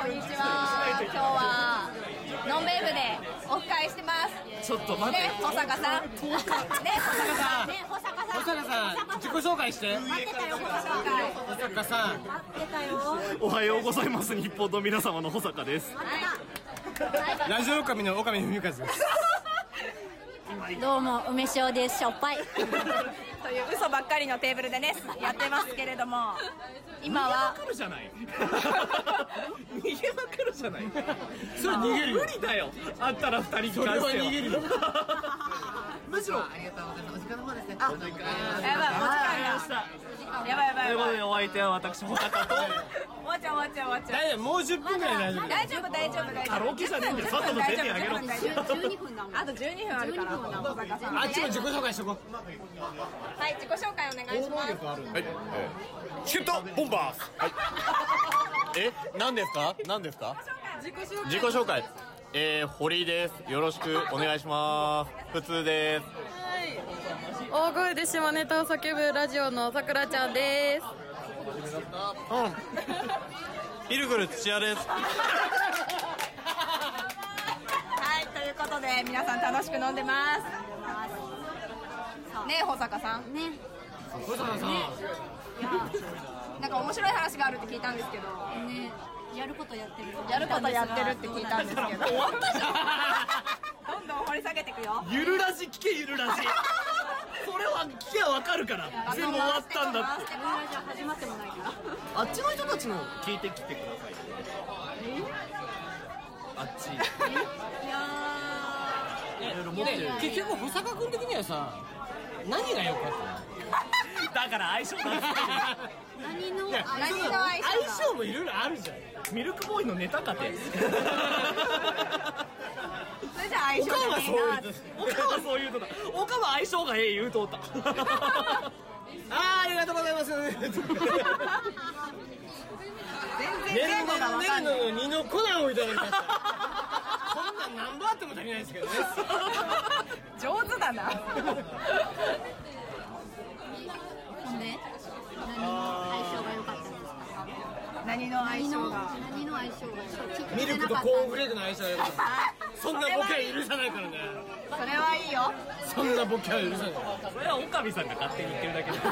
こんにちは。今日はノンベーブでオフ会してます。 ちょっと待って。 ね、保坂さん。ね、保坂さん。ね、保坂さん。 保坂さん、自己紹介して。 待ってたよ、保坂さん。 保坂さん。 待ってたよ。 おはようございます。日本の皆様の保坂です。 ラジオ神の岡見文和です。 どうも梅塩です。しょっぱいという嘘ばっかりのテーブルでねやってますけれども、今は逃げまくるじゃない逃げまくるじゃない。 それ逃げるよ。 無理だよ。あったら2人に関しては。 それは逃げるよ。 むしろありがとうございます。お時間の方ですね。 やばい、お時間がやばいやばいやばい。 ということでお相手は私保坂と終わっちゃう終わっちゃう終わっちゃう。 大丈夫、もう10分ぐらい大丈夫。 大丈夫大丈夫大丈夫。 カラオケじゃねえんだよ。さっさと出てあげろ。 12分だもん。 あと12分あるから保坂さん。 あっちも自己紹介しとこう。 はい、自己紹介お願いします。 はい。チケットボンバース。はい。何ですか？何ですか？自己紹介。堀井です。よろしくお願いします。普通です。 大声で下ネタを叫ぶラジオのさくらちゃんです。 ピルグル土屋です。 はい、ということで皆さん楽しく飲んでます。ねえ保坂さん。 ね。 保坂さん。 なんか面白い話があるって聞いたんですけど。 ね。やることやってる。 やることやってるって聞いたんですけど。終わったじゃん。どんどん掘り下げていくよ。 ゆるラジ聞けゆるラジ。それは聞けばわかるから。全部終わったんだって。 このラジオ始まってもないから。 あっちの人たちの聞いてきてください。あっち。いろいろ持ってる。 結局保坂君的にはさ、何が良かったの？ だから相性なんですよ。 何の何の相性相性もいろいろあるじゃん。 ミルクボーイのネタかて。 それじゃ相性がねえな。 岡はそういうのだ。岡は相性がええ言うとった。 ありがとうございます。 全然寝前後が分かんない。 るの2の粉をいただきました。そんなん何本あっても足りないですけどね。 上手だな。 ほんで何の相性が良かったんですか？ 何の相性が。 何の相性がミルクとコーンフレークの相性が良かった。そんなボケは許さないからね。 それはいいよ。 そんなボケは許さない。 それは岡見さんが勝手に言ってるだけだ。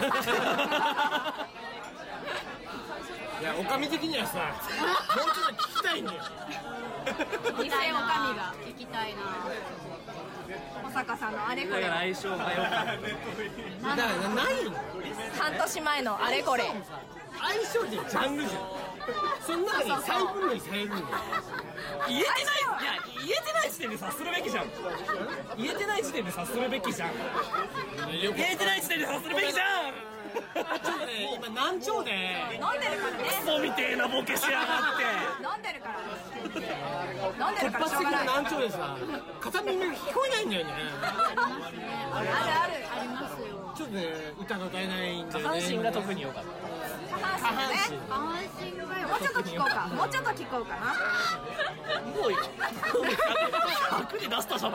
いや、おかみ的にはさ、もうちょっと聞きたいんだよ。 偽おかみが聞きたいな。 保坂さんのあれこれ。 だから相性が良かった。 だからないの。 半年前のあれこれ。 相性ってジャンルじゃん。その中に再分類されるんだよ。 言えてない。いや、言えてない時点で察するべきじゃん。言えてない時点で察するべきじゃん。言えてない時点で察するべきじゃん。 ちょっとね、今難聴で飲んでるからね。 クソみてえなボケしやがって。 飲んでるから。飲んでる突からしょうがない。 発的な難聴でさ、片耳が聞こえないんだよね。 あるある。 ありますよ。 ちょっとね、歌が歌えないんだよね。 下半身が特に良かった。 下半身ね。 下半身がもうちょっと聞こうか。もうちょっと聞こうかな。 もう100で出したじゃない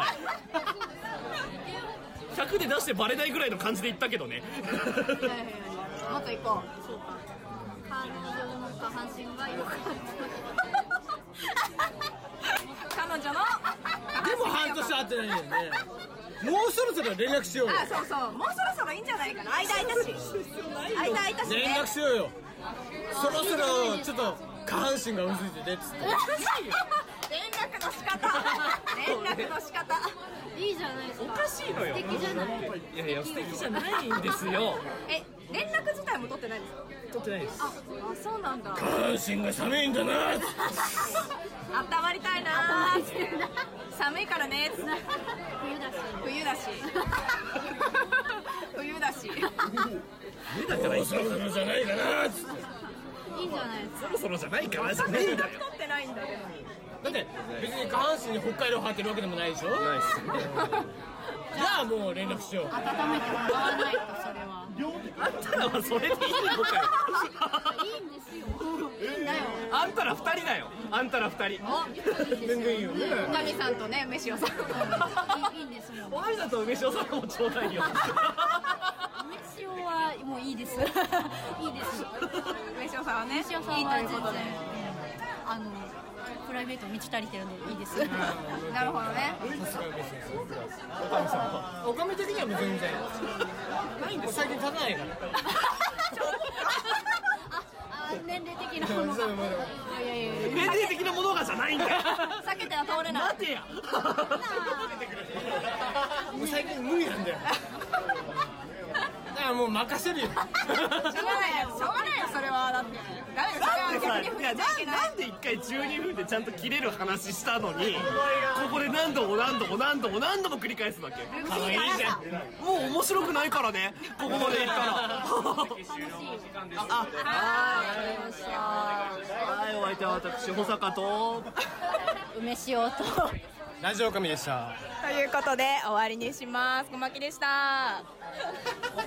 。100で出してバレないぐらいの感じで言ったけどね。 もっと行こう。 そうか。彼女の下半身が良かった。 彼女の。 でも半年会ってないんだよね。もうそろそろ連絡しようよ。 あ、そうそう。もうそろそろいいんじゃないかな。間空いたし。間空いたしね。 連絡しようよ。そろそろちょっと下半身がうずいててっつって。 連絡の仕方。連絡の仕方。 いいじゃないですか。 おかしいのよ。 素敵じゃない。 いやいや、素敵じゃないんですよ。 連絡自体も取ってないですか？ 取ってないです。 あ、そうなんだ。 下半身が寒いんだな。 温まりたいな。寒いからね。 冬だし。 冬だし。冬だし。 だからそろそろじゃないかなっつって。 いいんじゃないですか。 そろそろじゃないからじゃねえんだよ。 取ってないんだけど。 だって別に下半身に北海道張ってるわけでもないでしょ。 ないっす。 じゃあもう連絡しよう。 温めてもらわないとそれは。 あんたらはそれでいいのかよ。 いいんですよ。いいんだよ。 あんたら2人だよ。あんたら2人。 全然いいよね。 おかみさんとね、飯尾さん。 いいんですもん。 お前だと梅塩さんもちょうだいよ。 梅塩はもういいです。いいです。 梅塩さんはね、いい梅塩さんとはい全然うことで。 プライベート満ち足りてるんでいいです。 なるほどね。 おかみ的にはもう全然ないんで最近立たないから年齢的なものが。いやいやいや。 年齢的なものがじゃないんだよ。 避けては通れない。 待てや。もう最近無理なんだよ。だからもう任せるよ。 しょうがないよ、それは。だってなんでさ、いやなんで一回12分でちゃんと切れる話したのに、ここで何度も繰り返すわけ。いいじゃん。もう面白くないからね、ここまでいったら。はい、お相手は私保坂と梅塩とラジオ神でした。 ということで終わりにします。小牧でした。